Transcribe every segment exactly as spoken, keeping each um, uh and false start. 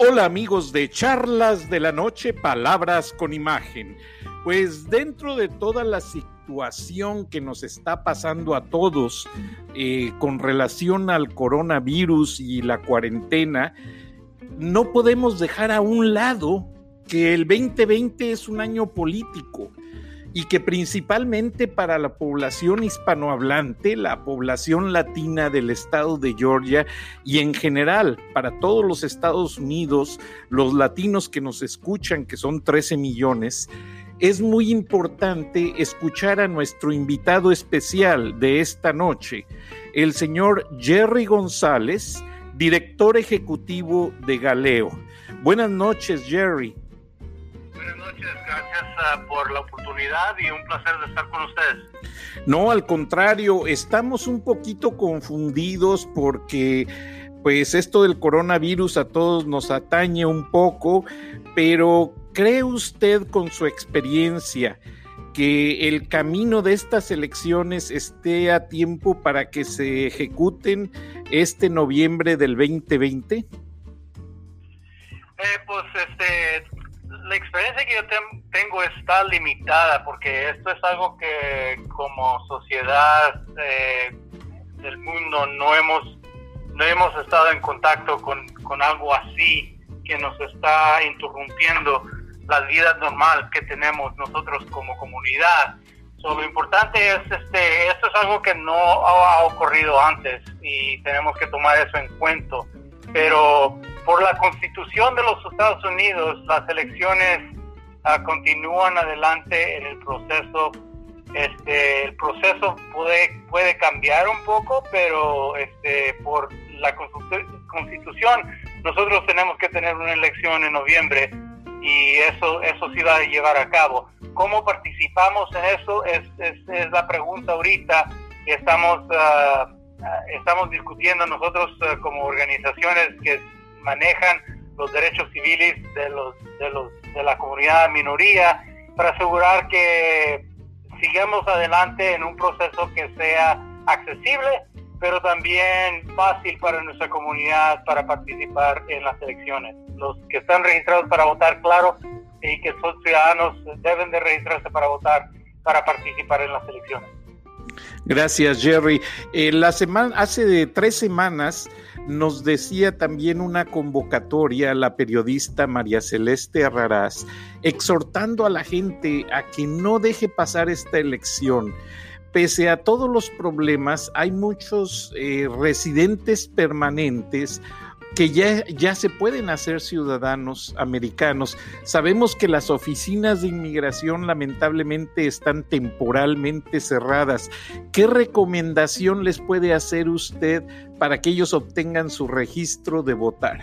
Hola amigos de Charlas de la Noche, Palabras con Imagen. Pues dentro de toda la situación que nos está pasando a todos eh, con relación al coronavirus y la cuarentena, no podemos dejar a un lado que el veinte veinte es un año político y que principalmente para la población hispanohablante, la población latina del estado de Georgia y en general para todos los Estados Unidos, los latinos que nos escuchan, que son trece millones, es muy importante escuchar a nuestro invitado especial de esta noche, el señor Jerry González, director ejecutivo de Galeo. Buenas noches, Jerry. Buenas noches, gracias uh, por la oportunidad y un placer de estar con ustedes. No, al contrario, estamos un poquito confundidos porque pues esto del coronavirus a todos nos atañe un poco, pero ¿cree usted con su experiencia que el camino de estas elecciones esté a tiempo para que se ejecuten este noviembre del veinte veinte? Eh, pues este... La experiencia que yo te- tengo está limitada porque esto es algo que como sociedad eh, del mundo no hemos no hemos estado en contacto con, con algo así que nos está interrumpiendo la vida normal que tenemos nosotros como comunidad. So, lo importante es este esto es algo que no ha, ha ocurrido antes y tenemos que tomar eso en cuenta, pero por la Constitución de los Estados Unidos, las elecciones uh, continúan adelante en el proceso. Este, el proceso puede puede cambiar un poco, pero este, por la Constitución nosotros tenemos que tener una elección en noviembre y eso eso sí va a llevar a cabo. ¿Cómo participamos en eso? Es es, es la pregunta ahorita. Estamos uh, uh, estamos discutiendo nosotros uh, como organizaciones que manejan los derechos civiles de los de los de la comunidad minoría para asegurar que sigamos adelante en un proceso que sea accesible, pero también fácil para nuestra comunidad para participar en las elecciones. Los que están registrados para votar, claro, y que son ciudadanos deben de registrarse para votar para participar en las elecciones. Gracias, Jerry. Eh, la semana, hace de tres semanas nos decía también una convocatoria la periodista María Celeste Arrarás, exhortando a la gente a que no deje pasar esta elección. Pese a todos los problemas, hay muchos eh, residentes permanentes que ya, ya se pueden hacer ciudadanos americanos. Sabemos que las oficinas de inmigración lamentablemente están temporalmente cerradas. ¿Qué recomendación les puede hacer usted para que ellos obtengan su registro de votar?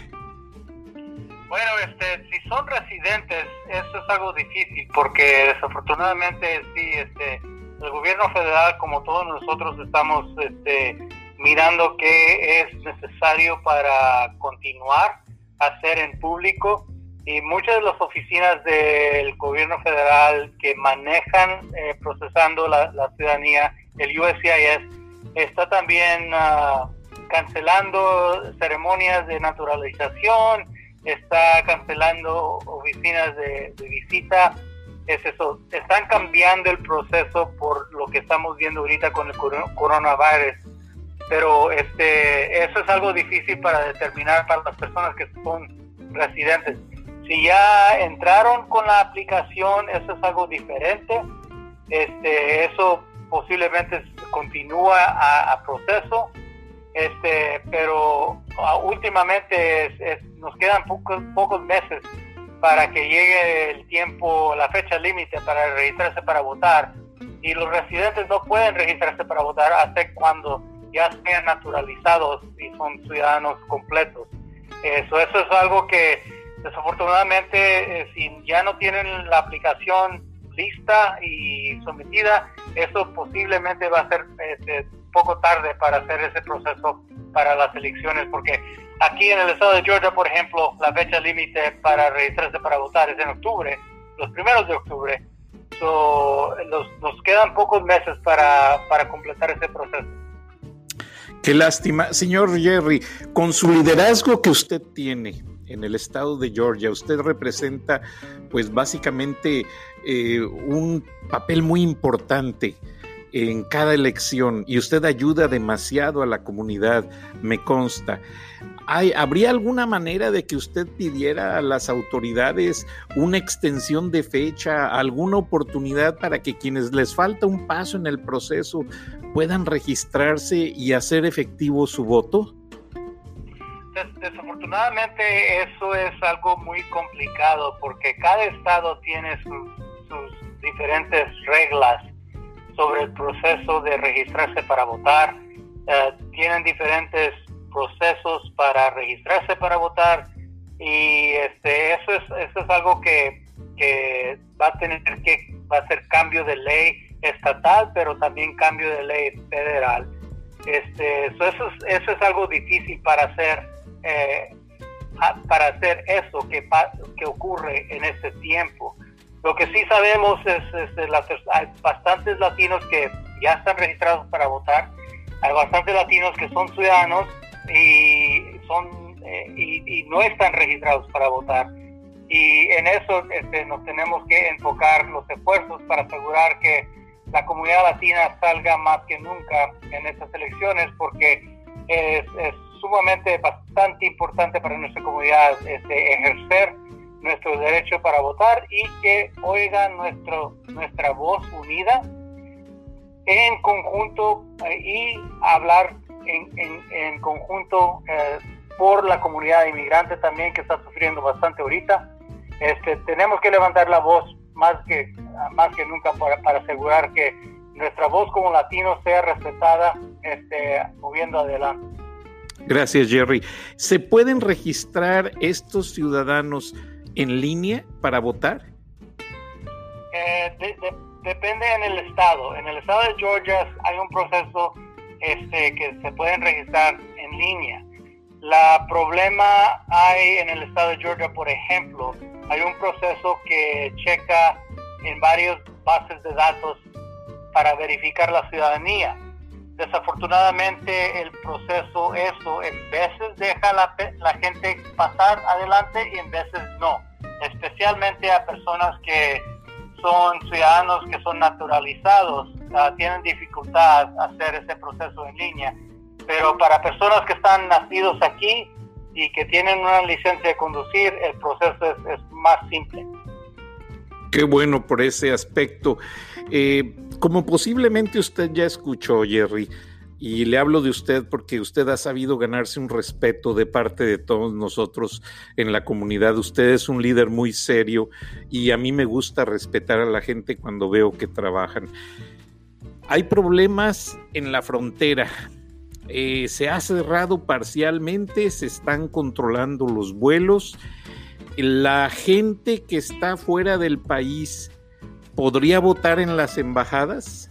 Bueno, este, si son residentes, eso es algo difícil porque desafortunadamente sí, este, el gobierno federal, como todos nosotros, estamos este, mirando qué es necesario para continuar a hacer en público, y muchas de las oficinas del gobierno federal que manejan eh, procesando la, la ciudadanía, el U S C I S, está también uh, cancelando ceremonias de naturalización, está cancelando oficinas de, de visita. Es eso, están cambiando el proceso por lo que estamos viendo ahorita con el coronavirus. Pero este eso es algo difícil para determinar para las personas que son residentes. Si ya entraron con la aplicación, eso es algo diferente. Este eso posiblemente continúa a, a proceso. Este, pero uh, últimamente es, es, nos quedan pocos, pocos meses para que llegue el tiempo, la fecha límite para registrarse para votar. Y los residentes no pueden registrarse para votar hasta cuando ya sean naturalizados y son ciudadanos completos. Eso, eso es algo que desafortunadamente eh, si ya no tienen la aplicación lista y sometida, eso posiblemente va a ser este, poco tarde para hacer ese proceso para las elecciones, porque aquí en el estado de Georgia, por ejemplo, la fecha límite para registrarse para votar es en octubre, los primeros de octubre. So, los, nos quedan pocos meses para, para completar ese proceso. Qué lástima. Señor Jerry, con su liderazgo que usted tiene en el estado de Georgia. Usted representa, pues básicamente, eh, un papel muy importante en cada elección y usted ayuda demasiado a la comunidad, me consta. ¿Hay, ¿Habría alguna manera de que usted pidiera a las autoridades una extensión de fecha, alguna oportunidad para que quienes les falta un paso en el proceso puedan registrarse y hacer efectivo su voto? Des- desafortunadamente eso es algo muy complicado porque cada estado tiene sus, sus diferentes reglas sobre el proceso de registrarse para votar. Uh, tienen diferentes procesos para registrarse para votar y este eso es eso es algo que, que va a tener que va a ser cambio de ley estatal, pero también cambio de ley federal. Este so eso es, eso es algo difícil para hacer eh, para hacer eso que que ocurre en este tiempo. Lo que sí sabemos es, es de las, hay bastantes latinos que ya están registrados para votar, hay bastantes latinos que son ciudadanos y son eh, y, y no están registrados para votar. Y en eso este, nos tenemos que enfocar los esfuerzos para asegurar que la comunidad latina salga más que nunca en estas elecciones, porque es, es sumamente bastante importante para nuestra comunidad este, ejercer nuestro derecho para votar y que oigan nuestro, nuestra voz unida en conjunto eh, y hablar en, en, en conjunto eh, por la comunidad inmigrante también, que está sufriendo bastante ahorita. Este, tenemos que levantar la voz más que, más que nunca para, para asegurar que nuestra voz como latinos sea respetada este, moviendo adelante. Gracias, Jerry. ¿Se pueden registrar estos ciudadanos en línea para votar? Eh, de, de, depende en el estado. En el estado de Georgia hay un proceso este, que se pueden registrar en línea. La problema hay en el estado de Georgia, por ejemplo, hay un proceso que checa en varias bases de datos para verificar la ciudadanía. Desafortunadamente el proceso eso en veces deja a la, la gente pasar adelante y en veces no, especialmente a personas que son ciudadanos que son naturalizados, uh, tienen dificultad hacer ese proceso en línea, pero para personas que están nacidos aquí y que tienen una licencia de conducir, el proceso es, es más simple. Qué bueno por ese aspecto. Eh, como posiblemente usted ya escuchó, Jerry, y le hablo de usted porque usted ha sabido ganarse un respeto de parte de todos nosotros en la comunidad. Usted es un líder muy serio y a mí me gusta respetar a la gente cuando veo que trabajan. Hay problemas en la frontera. Eh, se ha cerrado parcialmente, se están controlando los vuelos. La gente que está fuera del país ¿podría votar en las embajadas?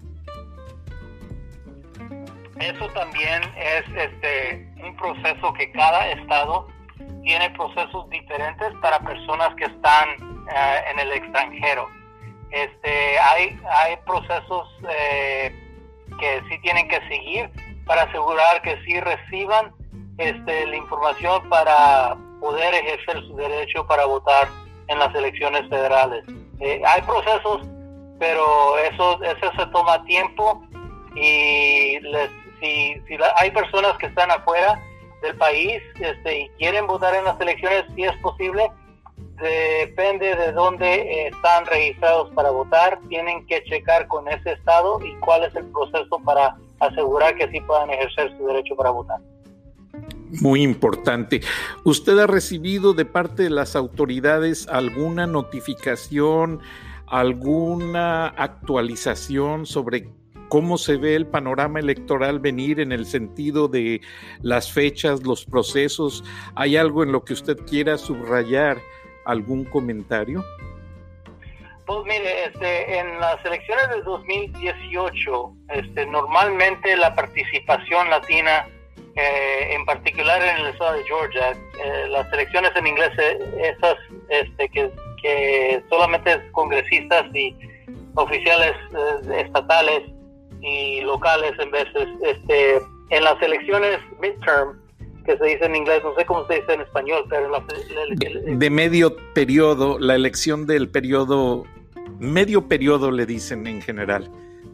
Eso también es este un proceso que cada estado tiene procesos diferentes para personas que están uh, en el extranjero. Este hay hay procesos eh, que sí tienen que seguir para asegurar que sí reciban este la información para poder ejercer su derecho para votar en las elecciones federales. Eh, hay procesos, pero eso eso se toma tiempo y les, si, si la, hay personas que están afuera del país este, y quieren votar en las elecciones, si es posible, depende de dónde están registrados para votar, tienen que checar con ese estado y cuál es el proceso para asegurar que sí puedan ejercer su derecho para votar. Muy importante. ¿Usted ha recibido de parte de las autoridades alguna notificación, alguna actualización sobre cómo se ve el panorama electoral venir en el sentido de las fechas, los procesos? ¿Hay algo en lo que usted quiera subrayar? ¿Algún comentario? Pues mire, este, en las elecciones del dos mil dieciocho, este, normalmente la participación latina, eh, en particular en el estado de Georgia, eh, las elecciones en inglés, esas este, que, que solamente congresistas y oficiales eh, estatales y locales en veces, este, en las elecciones midterm, que se dice en inglés, no sé cómo se dice en español, pero la, la, la, de, de medio periodo, la elección del periodo, medio periodo le dicen en general.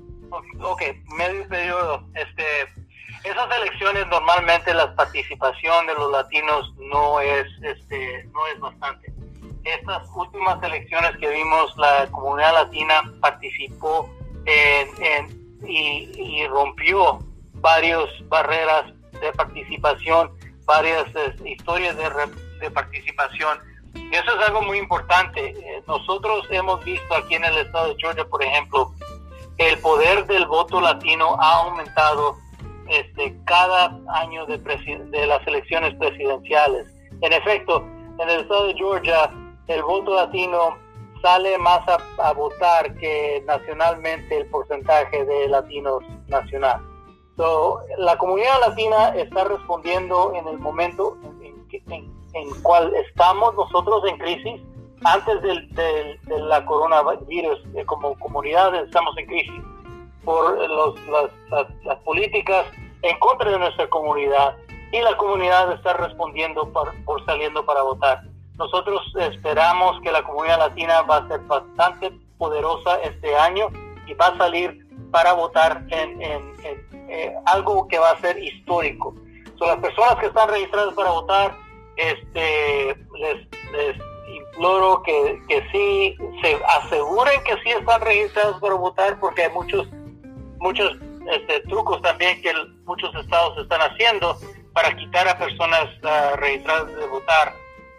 Ok, medio periodo. Este, esas elecciones normalmente la participación de los latinos no es, este, no es bastante. Estas últimas elecciones que vimos, la comunidad latina participó en, en, y, y rompió varias barreras de participación, varias eh, historias de, de participación. Y eso es algo muy importante. Eh, nosotros hemos visto aquí en el estado de Georgia, por ejemplo, el poder del voto latino ha aumentado este, cada año de, presi- de las elecciones presidenciales. En efecto, en el estado de Georgia, el voto latino sale más a, a votar que nacionalmente el porcentaje de latinos nacional. So, la comunidad latina está respondiendo en el momento en, en, en, en cual estamos nosotros en crisis. Antes del, del, de la coronavirus, eh, como comunidad estamos en crisis por los, las, las, las políticas en contra de nuestra comunidad, y la comunidad está respondiendo por, por saliendo para votar. Nosotros esperamos que la comunidad latina va a ser bastante poderosa este año y va a salir para votar en, en, en eh, algo que va a ser histórico. So, las personas que están registradas para votar, este, les, les imploro que, que sí se aseguren que sí están registrados para votar, porque hay muchos muchos este, trucos también que el, muchos estados están haciendo para quitar a personas uh, registradas de votar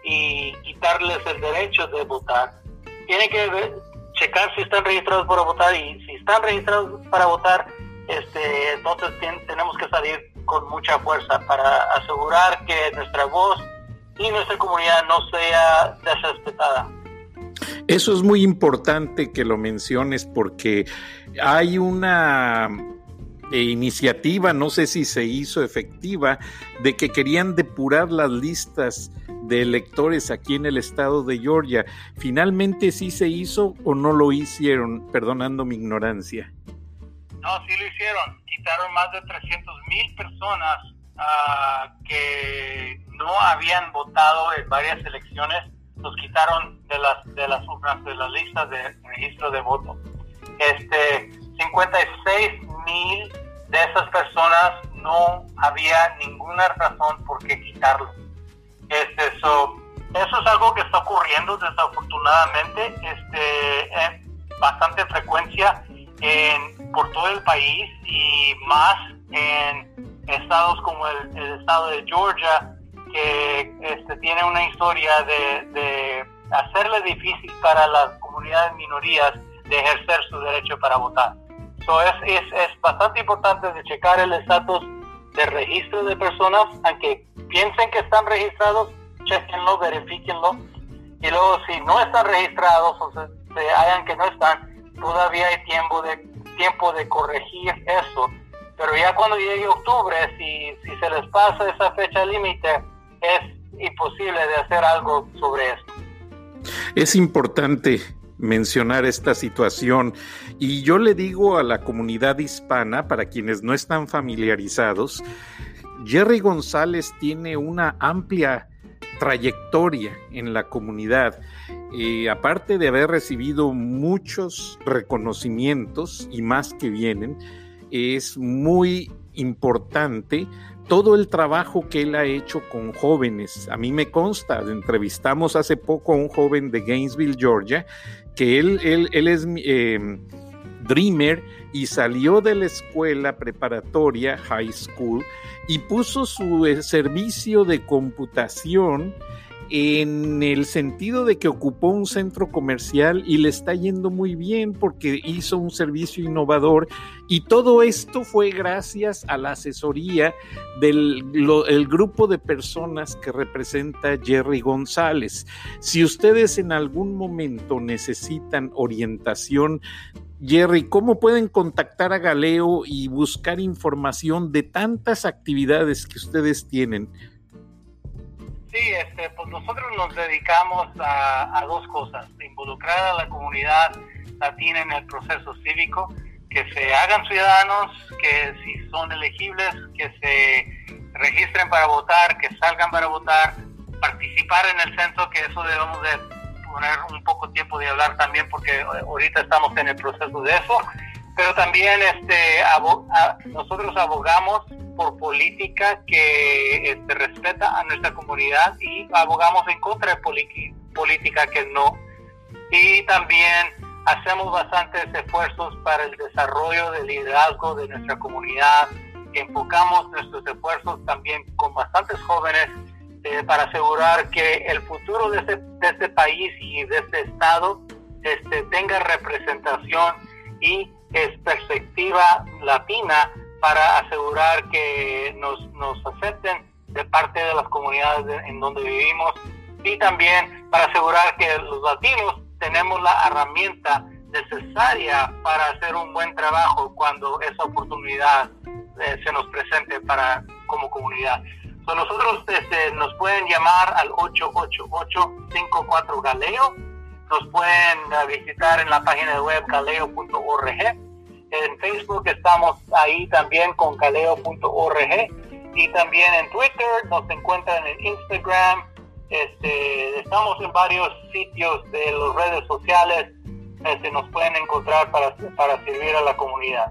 y quitarles el derecho de votar. Tienen que ver, checar si están registrados para votar, y si están registrados para votar, este, entonces ten, tenemos que salir con mucha fuerza para asegurar que nuestra voz y nuestra comunidad no sea desrespetada. Eso es muy importante que lo menciones, porque hay una eh, iniciativa, no sé si se hizo efectiva, de que querían depurar las listas de electores aquí en el estado de Georgia. ¿Finalmente sí se hizo o no lo hicieron? Perdonando mi ignorancia. No, sí lo hicieron. Quitaron más de trescientas mil personas uh, que no habían votado en varias elecciones. Los quitaron de las de las urnas, de las listas de registro de voto. Este, cincuenta y seis mil de esas personas no había ninguna razón por qué quitarlo. Este, so, eso es algo que está ocurriendo desafortunadamente, este, en bastante frecuencia en, por todo el país, y más en estados como el, el estado de Georgia, que este, tiene una historia de, de hacerle difícil para las comunidades minorías de ejercer su derecho para votar. So, es, es, es bastante importante de checar el estatus de registro de personas, aunque piensen que están registrados, chequenlo, verifíquenlo, y luego si no están registrados o se, se hayan que no están, todavía hay tiempo de, tiempo de corregir eso. Pero ya cuando llegue octubre, si, si se les pasa esa fecha límite, es imposible de hacer algo sobre esto. Es importante mencionar esta situación, y yo le digo a la comunidad hispana, para quienes no están familiarizados, Jerry González tiene una amplia trayectoria en la comunidad. Eh, aparte de haber recibido muchos reconocimientos y más que vienen, es muy importante todo el trabajo que él ha hecho con jóvenes. A mí me consta, entrevistamos hace poco a un joven de Gainesville, Georgia, que él, él, él es eh, Dreamer, y salió de la escuela preparatoria, high school, y puso su eh, servicio de computación en el sentido de que ocupó un centro comercial y le está yendo muy bien porque hizo un servicio innovador, y todo esto fue gracias a la asesoría del lo, el grupo de personas que representa Jerry González. Si ustedes en algún momento necesitan orientación, Jerry, ¿cómo pueden contactar a Galeo y buscar información de tantas actividades que ustedes tienen? Sí, este, pues nosotros nos dedicamos a, a dos cosas: involucrar a la comunidad latina en el proceso cívico, que se hagan ciudadanos, que si son elegibles, que se registren para votar, que salgan para votar, participar en el censo, que eso debemos de poner un poco tiempo de hablar también, porque ahorita estamos en el proceso de eso. Pero también este abo- a, nosotros abogamos por política que este, respeta a nuestra comunidad, y abogamos en contra de poli- política que no. Y también hacemos bastantes esfuerzos para el desarrollo del liderazgo de nuestra comunidad. Enfocamos nuestros esfuerzos también con bastantes jóvenes eh, para asegurar que el futuro de este, de este país y de este estado este, tenga representación y es perspectiva latina, para asegurar que nos, nos acepten de parte de las comunidades de, en donde vivimos, y también para asegurar que los latinos tenemos la herramienta necesaria para hacer un buen trabajo cuando esa oportunidad eh, se nos presente para como comunidad. So, nosotros este, nos pueden llamar al ocho ocho ocho, cinco cuatro, Galeo. Nos pueden uh, visitar en la página web galeo punto org. En Facebook estamos ahí también con galeo punto org, y también en Twitter nos encuentran en Instagram. Este, estamos en varios sitios de las redes sociales. Este, nos pueden encontrar para, para servir a la comunidad.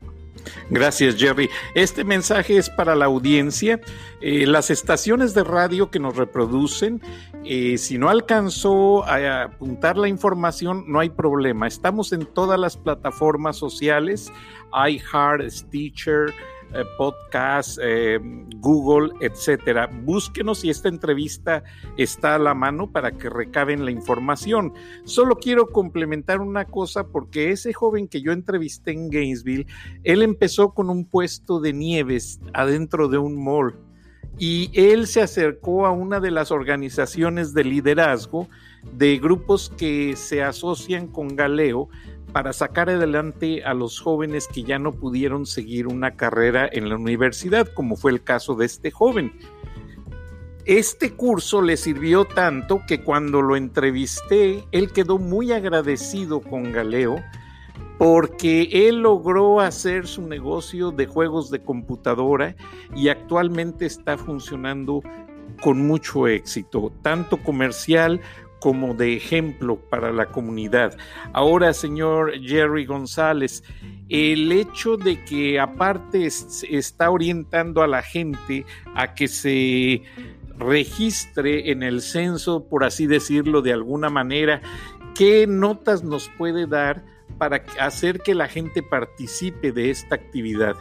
Gracias, Jerry. Este mensaje es para la audiencia. Eh, las estaciones de radio que nos reproducen, eh, si no alcanzó a apuntar la información, no hay problema. Estamos en todas las plataformas sociales, iHeart, Stitcher, eh, Podcast, eh, Google, etcétera. Búsquenos y esta entrevista está a la mano para que recaben la información. Solo quiero complementar una cosa, porque ese joven que yo entrevisté en Gainesville, él empezó con un puesto de nieves adentro de un mall, y él se acercó a una de las organizaciones de liderazgo de grupos que se asocian con Galeo para sacar adelante a los jóvenes que ya no pudieron seguir una carrera en la universidad, como fue el caso de este joven. Este curso le sirvió tanto que cuando lo entrevisté, él quedó muy agradecido con Galeo, porque él logró hacer su negocio de juegos de computadora y actualmente está funcionando con mucho éxito, tanto comercial como de ejemplo para la comunidad. Ahora, señor Jerry González, el hecho de que aparte está orientando a la gente a que se registre en el censo, por así decirlo de alguna manera, ¿qué notas nos puede dar para hacer que la gente participe de esta actividad?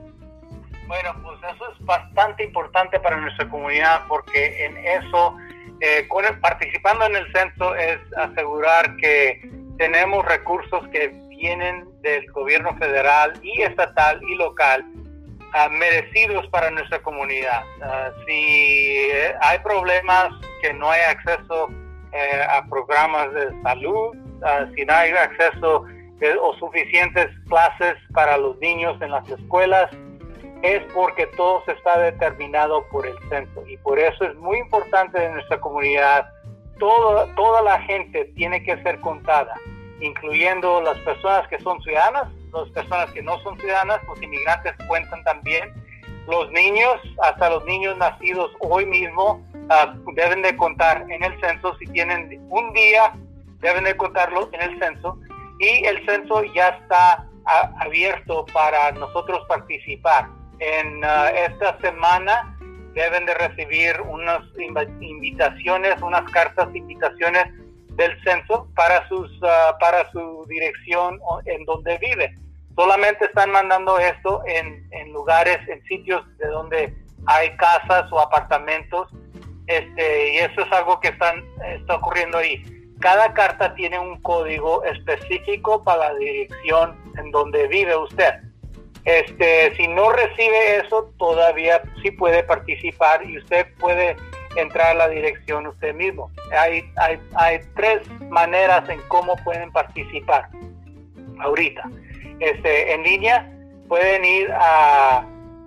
Bueno, pues eso es bastante importante para nuestra comunidad, porque en eso, eh, con el, participando en el censo, es asegurar que tenemos recursos que vienen del gobierno federal y estatal y local, uh, merecidos para nuestra comunidad. Uh, si eh, hay problemas, que no hay acceso eh, a programas de salud, uh, si no hay acceso eh, o suficientes clases para los niños en las escuelas, es porque todo se está determinado por el censo, y por eso es muy importante en nuestra comunidad. Todo, toda la gente tiene que ser contada, incluyendo las personas que son ciudadanas, las personas que no son ciudadanas, los inmigrantes cuentan también, los niños, hasta los niños nacidos hoy mismo uh, deben de contar en el censo. Si tienen un día, deben de contarlo en el censo, y el censo ya está a, abierto para nosotros participar. En uh, esta semana deben de recibir unas invitaciones, unas cartas de invitaciones del censo para sus uh, para su dirección en donde vive. Solamente están mandando esto en, en lugares, en sitios de donde hay casas o apartamentos, este, y eso es algo que están, está ocurriendo ahí. Cada carta tiene un código específico para la dirección en donde vive usted. Este, si no recibe eso, todavía sí puede participar, y usted puede entrar a la dirección usted mismo. Hay, hay, hay tres maneras en cómo pueden participar ahorita. Este, en línea pueden ir a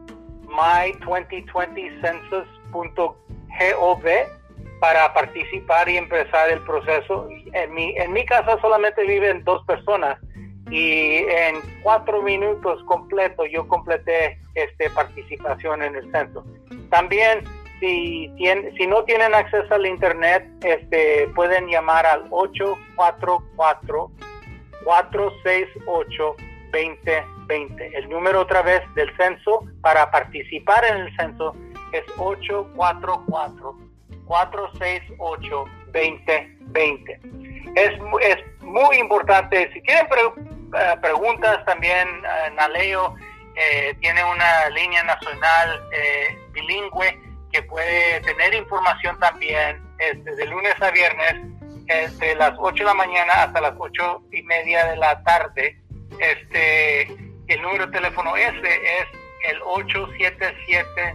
my twenty twenty census punto gov para participar y empezar el proceso. En mi, en mi casa solamente viven dos personas, y en cuatro minutos completo yo completé este participación en el censo. También, si, tiene, si no tienen acceso al internet, este, pueden llamar al ocho cuatro cuatro, cuatro seis ocho, dos cero dos cero. El número otra vez del censo para participar en el censo es ocho cuatro cuatro, cuatro seis ocho, dos cero dos cero. Es, es muy importante. Si tienen pre, uh, preguntas también, uh, Naleo eh, tiene una línea nacional eh, bilingüe que puede tener información también este, de lunes a viernes, de las ocho de la mañana hasta las ocho y media de la tarde. Este, el número de teléfono ese es el ocho siete siete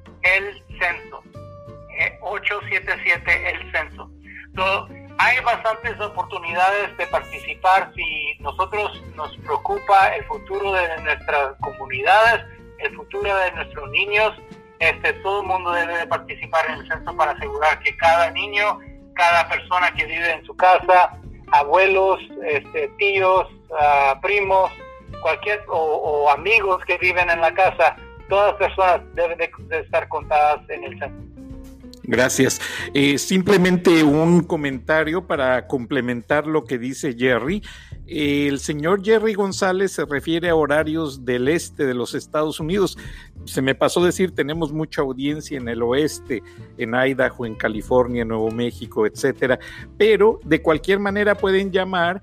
el censo, eh, ocho siete siete el censo. So, hay bastantes oportunidades de participar. Si nosotros nos preocupa el futuro de nuestras comunidades, el futuro de nuestros niños, este, todo el mundo debe de participar en el censo para asegurar que cada niño, cada persona que vive en su casa, abuelos, este, tíos, uh, primos, cualquier o, o amigos que viven en la casa, todas las personas deben de, de estar contadas en el censo. Gracias. Eh, simplemente un comentario para complementar lo que dice Jerry. Eh, el señor Jerry González se refiere a horarios del este de los Estados Unidos. Se me pasó decir, tenemos mucha audiencia en el oeste, en Idaho, en California, en Nuevo México, etcétera. Pero de cualquier manera pueden llamar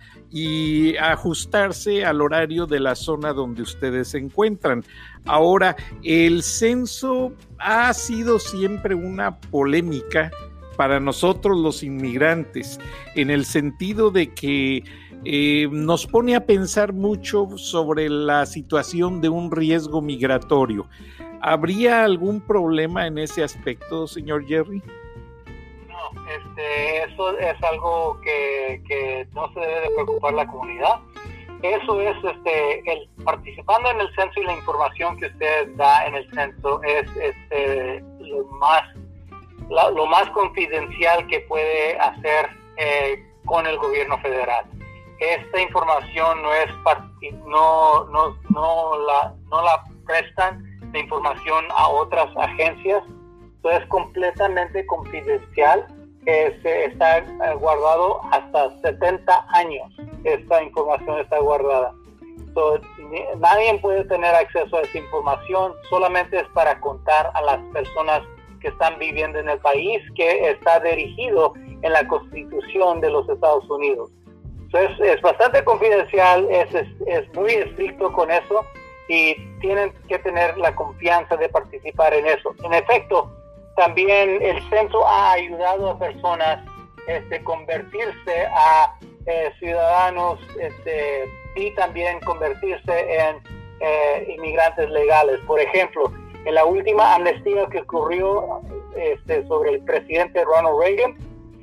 y ajustarse al horario de la zona donde ustedes se encuentran. Ahora, el censo ha sido siempre una polémica para nosotros los inmigrantes, en el sentido de que eh, nos pone a pensar mucho sobre la situación de un riesgo migratorio. ¿Habría algún problema en ese aspecto, señor Jerry? No, este, eso es algo que, que no se debe de preocupar la comunidad. Eso es, este, el participando en el censo y la información que usted da en el censo es este, lo más la, lo más confidencial que puede hacer eh, con el gobierno federal. Esta información no es no no no la no la prestan de información a otras agencias. Entonces es completamente confidencial. Eh, se está eh, guardado hasta setenta años. Esta información está guardada. So, nadie puede tener acceso a esa información. Solamente es para contar a las personas que están viviendo en el país, que está dirigido en la Constitución de los Estados Unidos. So, es, es bastante confidencial, es, es, es muy estricto con eso y tienen que tener la confianza de participar en eso. En efecto, también el censo ha ayudado a personas este, convertirse a eh, ciudadanos este, y también convertirse en eh, inmigrantes legales. Por ejemplo, en la última amnistía que ocurrió este, sobre el presidente Ronald Reagan,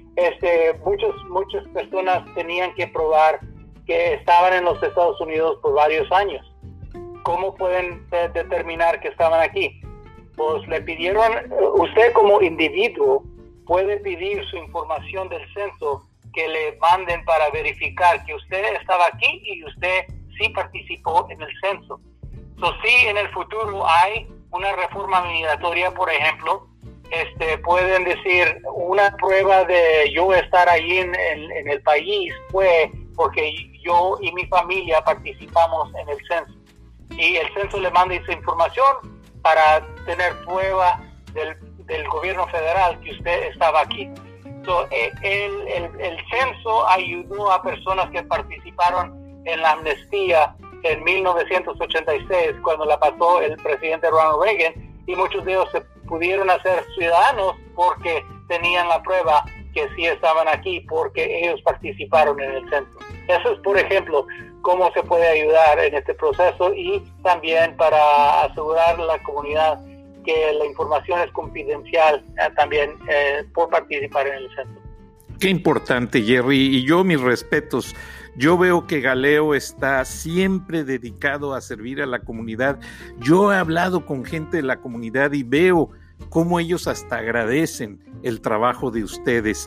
este, muchos, muchas personas tenían que probar que estaban en los Estados Unidos por varios años. ¿Cómo pueden de- determinar que estaban aquí? Pues le pidieron, usted como individuo puede pedir su información del censo que le manden para verificar que usted estaba aquí y usted sí participó en el censo. So, sí, en el futuro hay una reforma migratoria, por ejemplo, este, pueden decir una prueba de yo estar ahí en, en, en el país fue porque yo y mi familia participamos en el censo. Y el censo le manda esa información para tener prueba del, del gobierno federal que usted estaba aquí. So, eh, el, el, el censo ayudó a personas que participaron en la amnistía en mil novecientos ochenta y seis, cuando la pasó el presidente Ronald Reagan, y muchos de ellos se pudieron hacer ciudadanos porque tenían la prueba que sí estaban aquí, porque ellos participaron en el censo. Eso es, por ejemplo, cómo se puede ayudar en este proceso y también para asegurar a la comunidad que la información es confidencial eh, también eh, por participar en el censo. Qué importante, Jerry, y yo mis respetos. Yo veo que Galeo está siempre dedicado a servir a la comunidad. Yo he hablado con gente de la comunidad y veo cómo ellos hasta agradecen el trabajo de ustedes.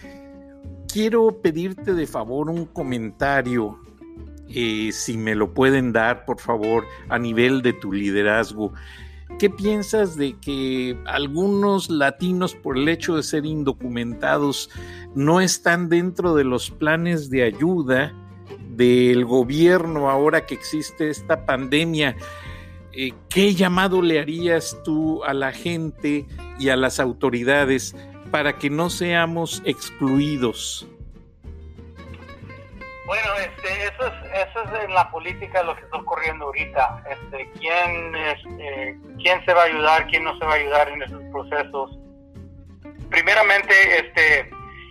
Quiero pedirte de favor un comentario, eh, si me lo pueden dar, por favor, a nivel de tu liderazgo. ¿qué piensas de que algunos latinos, por el hecho de ser indocumentados, no están dentro de los planes de ayuda del gobierno ahora que existe esta pandemia? Eh, ¿qué llamado le harías tú a la gente y a las autoridades para que no seamos excluidos? Bueno, este, eso es, eso es en la política lo que está ocurriendo ahorita. Este, ¿quién, este, quién se va a ayudar, quién no se va a ayudar en esos procesos? Primeramente, este,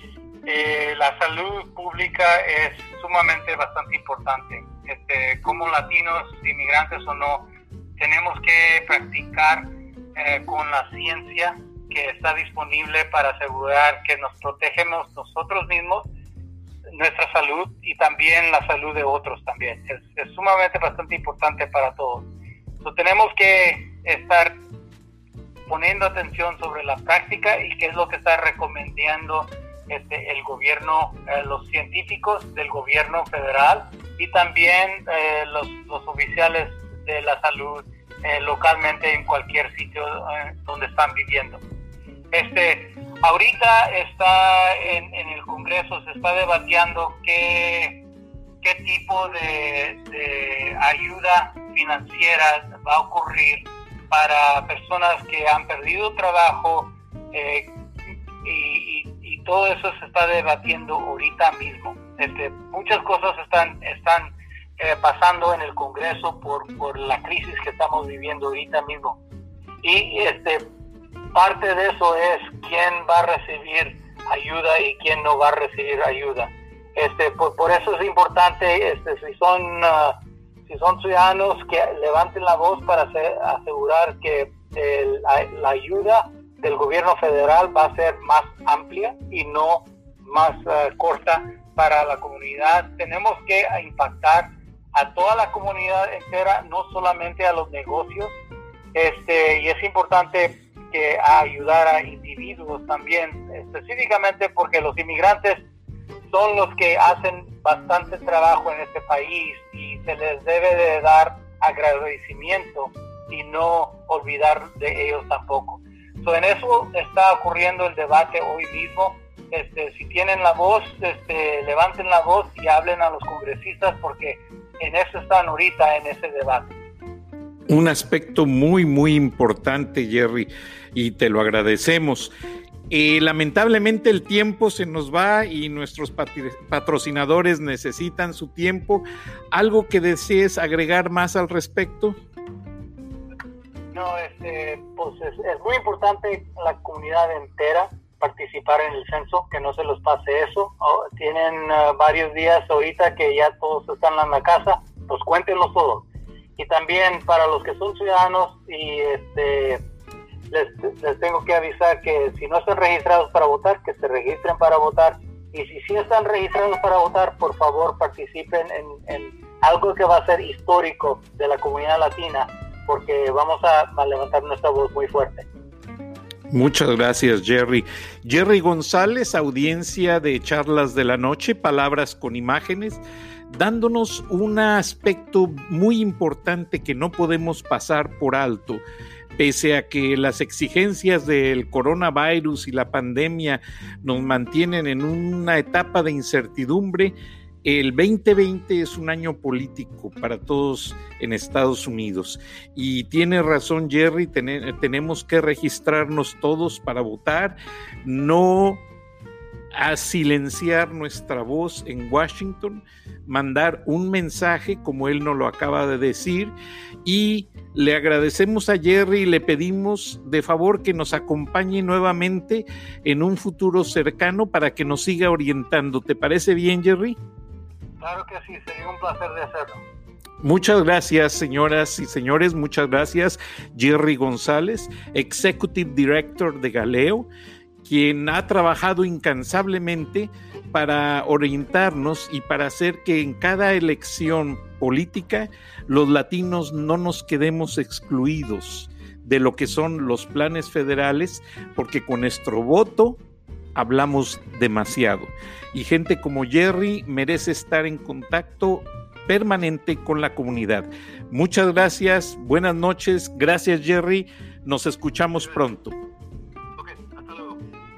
eh, la salud pública es sumamente bastante importante. Este, como latinos, inmigrantes o no, tenemos que practicar eh, con la ciencia que está disponible para asegurar que nos protegemos nosotros mismos, nuestra salud y también la salud de otros también. Es, es sumamente bastante importante para todos. Entonces, tenemos que estar poniendo atención sobre la práctica y qué es lo que está recomendando este, el gobierno, eh, los científicos del gobierno federal y también eh, los, los oficiales de la salud eh, localmente en cualquier sitio eh, donde están viviendo. Este, ahorita está en, en el Congreso, se está debatiendo qué, qué tipo de, de ayuda financiera va a ocurrir para personas que han perdido trabajo eh, y, y, y todo eso se está debatiendo ahorita mismo. Este, muchas cosas están, están eh, pasando en el Congreso por, por la crisis que estamos viviendo ahorita mismo. Y este parte de eso es quién va a recibir ayuda y quién no va a recibir ayuda. Este, por, por eso es importante, este, si son uh, si son ciudadanos, que levanten la voz para hacer, asegurar que el, la, la ayuda del gobierno federal va a ser más amplia y no más uh, corta para la comunidad. Tenemos que impactar a toda la comunidad entera, no solamente a los negocios. Este, y es importante que a ayudar a individuos también, específicamente porque los inmigrantes son los que hacen bastante trabajo en este país y se les debe de dar agradecimiento y no olvidar de ellos tampoco. So, en eso está ocurriendo el debate hoy mismo. Este, si tienen la voz, este, levanten la voz y hablen a los congresistas porque en eso están ahorita, en ese debate. Un aspecto muy, muy importante, Jerry, y te lo agradecemos. Eh, lamentablemente el tiempo se nos va y nuestros patrocinadores necesitan su tiempo. ¿Algo que desees agregar más al respecto? No, este, pues es, es muy importante la comunidad entera participar en el censo, que no se les pase eso. Oh, tienen uh, varios días ahorita que ya todos están en la casa, pues cuéntenlos todos. Y también para los que son ciudadanos y este les, les tengo que avisar que si no están registrados para votar, que se registren para votar. Y si sí están registrados para votar, por favor participen en, en algo que va a ser histórico de la comunidad latina, porque vamos a, a levantar nuestra voz muy fuerte. Muchas gracias, Jerry. Jerry González, audiencia de Charlas de la Noche, Palabras con Imágenes, dándonos un aspecto muy importante que no podemos pasar por alto. Pese a que las exigencias del coronavirus y la pandemia nos mantienen en una etapa de incertidumbre, el veinte veinte es un año político para todos en Estados Unidos. Y tiene razón, Jerry, ten- tenemos que registrarnos todos para votar, no a silenciar nuestra voz en Washington, mandar un mensaje como él nos lo acaba de decir, y le agradecemos a Jerry y le pedimos de favor que nos acompañe nuevamente en un futuro cercano para que nos siga orientando. ¿Te parece bien, Jerry? Claro que sí, sería un placer de hacerlo. Muchas gracias, señoras y señores, muchas gracias, Jerry González, Executive Director de Galeo, quien ha trabajado incansablemente para orientarnos y para hacer que en cada elección política los latinos no nos quedemos excluidos de lo que son los planes federales, porque con nuestro voto hablamos demasiado. Y gente como Jerry merece estar en contacto permanente con la comunidad. Muchas gracias, buenas noches, gracias Jerry, nos escuchamos pronto. Ok, hasta luego.